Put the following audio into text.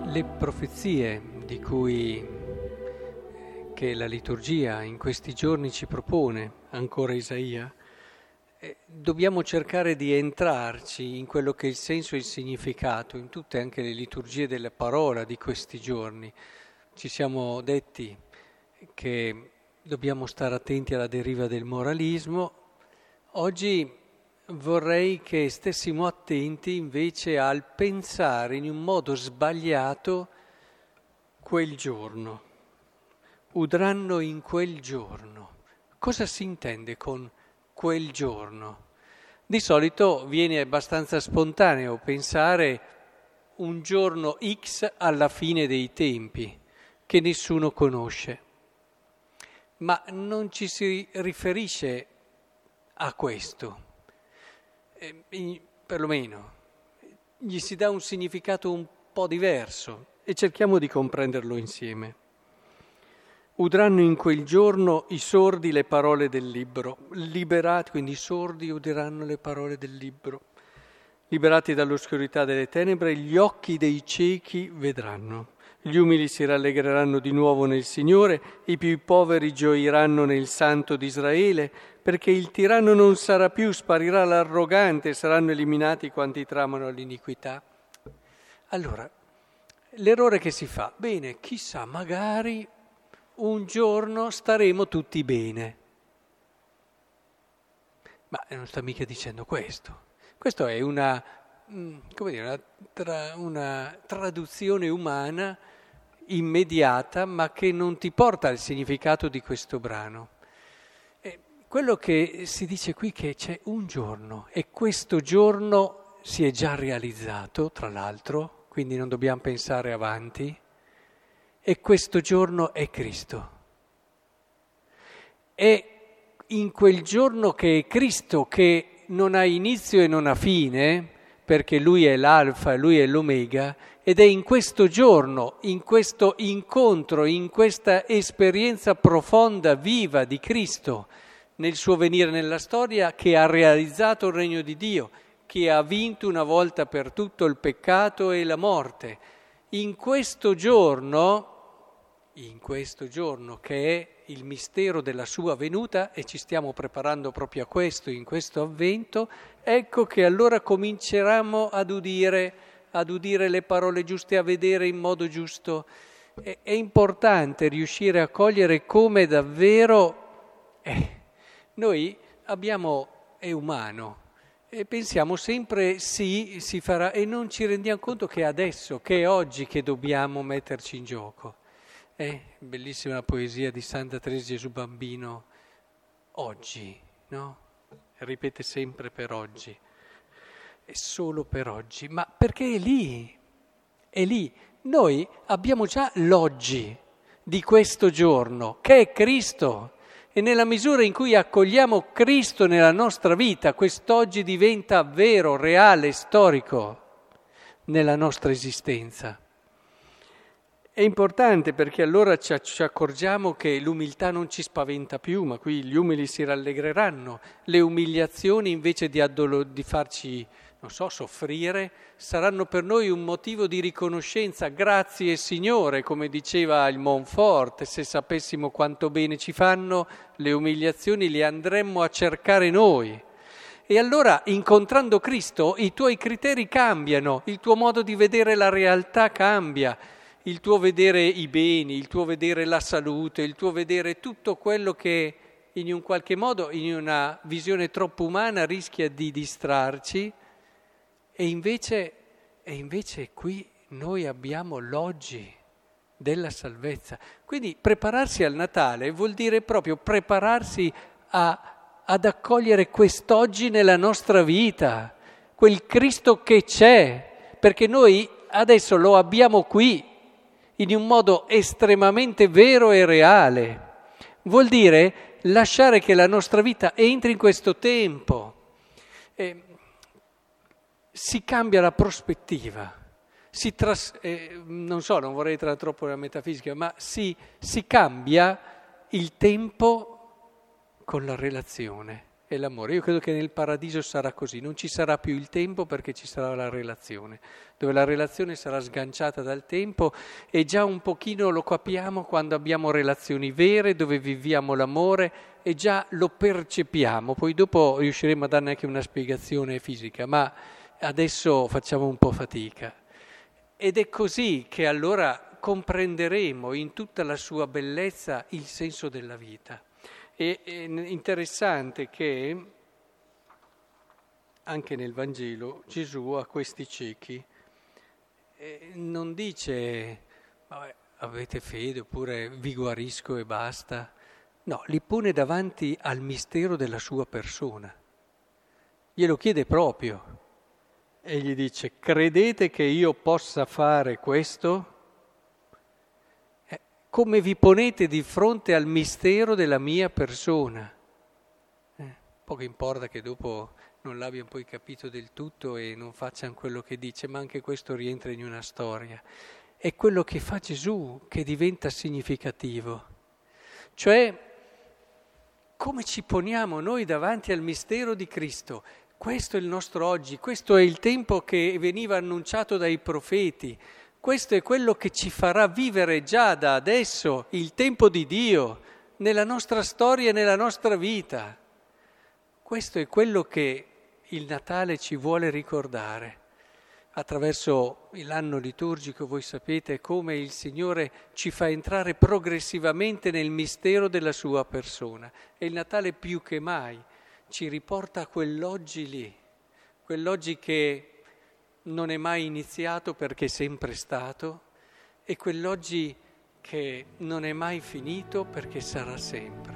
Le profezie che la liturgia in questi giorni ci propone, ancora Isaia, dobbiamo cercare di entrarci in quello che è il senso e il significato, in tutte anche le liturgie della parola di questi giorni. Ci siamo detti che dobbiamo stare attenti alla deriva del moralismo. Oggi vorrei che stessimo attenti invece al pensare in un modo sbagliato quel giorno. Udranno in quel giorno. Cosa si intende con quel giorno? Di solito viene abbastanza spontaneo pensare un giorno X alla fine dei tempi, che nessuno conosce. Ma non ci si riferisce a questo. Perlomeno gli si dà un significato un po' diverso e cerchiamo di comprenderlo insieme. Udranno in quel giorno i sordi le parole del libro, liberati, quindi i sordi udranno le parole del libro, liberati dall'oscurità delle tenebre, gli occhi dei ciechi vedranno. Gli umili si rallegreranno di nuovo nel Signore, i più poveri gioiranno nel Santo di Israele, perché il tiranno non sarà più, sparirà l'arrogante, saranno eliminati quanti tramano l'iniquità. Allora, l'errore che si fa, bene, chissà, magari un giorno staremo tutti bene. Ma non sta mica dicendo questo. Questo è una traduzione umana immediata, ma che non ti porta al significato di questo brano. Quello che si dice qui è che c'è un giorno e questo giorno si è già realizzato, tra l'altro, quindi non dobbiamo pensare avanti, e questo giorno è Cristo. È in quel giorno che è Cristo, che non ha inizio e non ha fine, perché Lui è l'alfa e Lui è l'omega, ed è in questo giorno, in questo incontro, in questa esperienza profonda, viva di Cristo, nel suo venire nella storia, che ha realizzato il regno di Dio, che ha vinto una volta per tutto il peccato e la morte. In questo giorno che è il mistero della sua venuta, e ci stiamo preparando proprio a questo, in questo avvento, ecco che allora cominceremo ad udire le parole giuste, a vedere in modo giusto. È importante riuscire a cogliere come davvero noi è umano, e pensiamo sempre sì, si farà, e non ci rendiamo conto che è adesso, che è oggi che dobbiamo metterci in gioco. Bellissima la poesia di Santa Teresa Gesù Bambino, oggi, no? Ripete sempre per oggi, è solo per oggi, ma perché è lì. Noi abbiamo già l'oggi di questo giorno, che è Cristo, e nella misura in cui accogliamo Cristo nella nostra vita, quest'oggi diventa vero, reale, storico nella nostra esistenza. È importante perché allora ci accorgiamo che l'umiltà non ci spaventa più, ma qui gli umili si rallegreranno. Le umiliazioni, invece di farci, soffrire, saranno per noi un motivo di riconoscenza. Grazie Signore, come diceva il Montfort, se sapessimo quanto bene ci fanno, le umiliazioni le andremmo a cercare noi. E allora, incontrando Cristo, i tuoi criteri cambiano, il tuo modo di vedere la realtà cambia. Il tuo vedere i beni, il tuo vedere la salute, il tuo vedere tutto quello che in un qualche modo, in una visione troppo umana, rischia di distrarci, e invece qui noi abbiamo l'oggi della salvezza. Quindi prepararsi al Natale vuol dire proprio prepararsi ad accogliere quest'oggi nella nostra vita, quel Cristo che c'è, perché noi adesso lo abbiamo qui, in un modo estremamente vero e reale. Vuol dire lasciare che la nostra vita entri in questo tempo. Si cambia la prospettiva, non vorrei entrare troppo nella metafisica, ma si cambia il tempo con la relazione. è l'amore. Io credo che nel paradiso sarà così, non ci sarà più il tempo perché ci sarà la relazione, dove la relazione sarà sganciata dal tempo e già un pochino lo capiamo quando abbiamo relazioni vere, dove viviamo l'amore e già lo percepiamo, poi dopo riusciremo a darne anche una spiegazione fisica, ma adesso facciamo un po' fatica. Ed è così che allora comprenderemo in tutta la sua bellezza il senso della vita. È interessante che anche nel Vangelo Gesù a questi ciechi non dice vabbè, avete fede oppure vi guarisco e basta. No, li pone davanti al mistero della sua persona. Glielo chiede proprio e gli dice: credete che io possa fare questo? Come vi ponete di fronte al mistero della mia persona? Poco importa che dopo non l'abbiano poi capito del tutto e non facciano quello che dice, ma anche questo rientra in una storia. È quello che fa Gesù che diventa significativo. Cioè, come ci poniamo noi davanti al mistero di Cristo? Questo è il nostro oggi, questo è il tempo che veniva annunciato dai profeti. Questo è quello che ci farà vivere già da adesso il tempo di Dio nella nostra storia e nella nostra vita. Questo è quello che il Natale ci vuole ricordare. Attraverso l'anno liturgico voi sapete come il Signore ci fa entrare progressivamente nel mistero della sua persona. E il Natale più che mai ci riporta a quell'oggi lì, quell'oggi che non è mai iniziato perché è sempre stato, e quell'oggi che non è mai finito perché sarà sempre.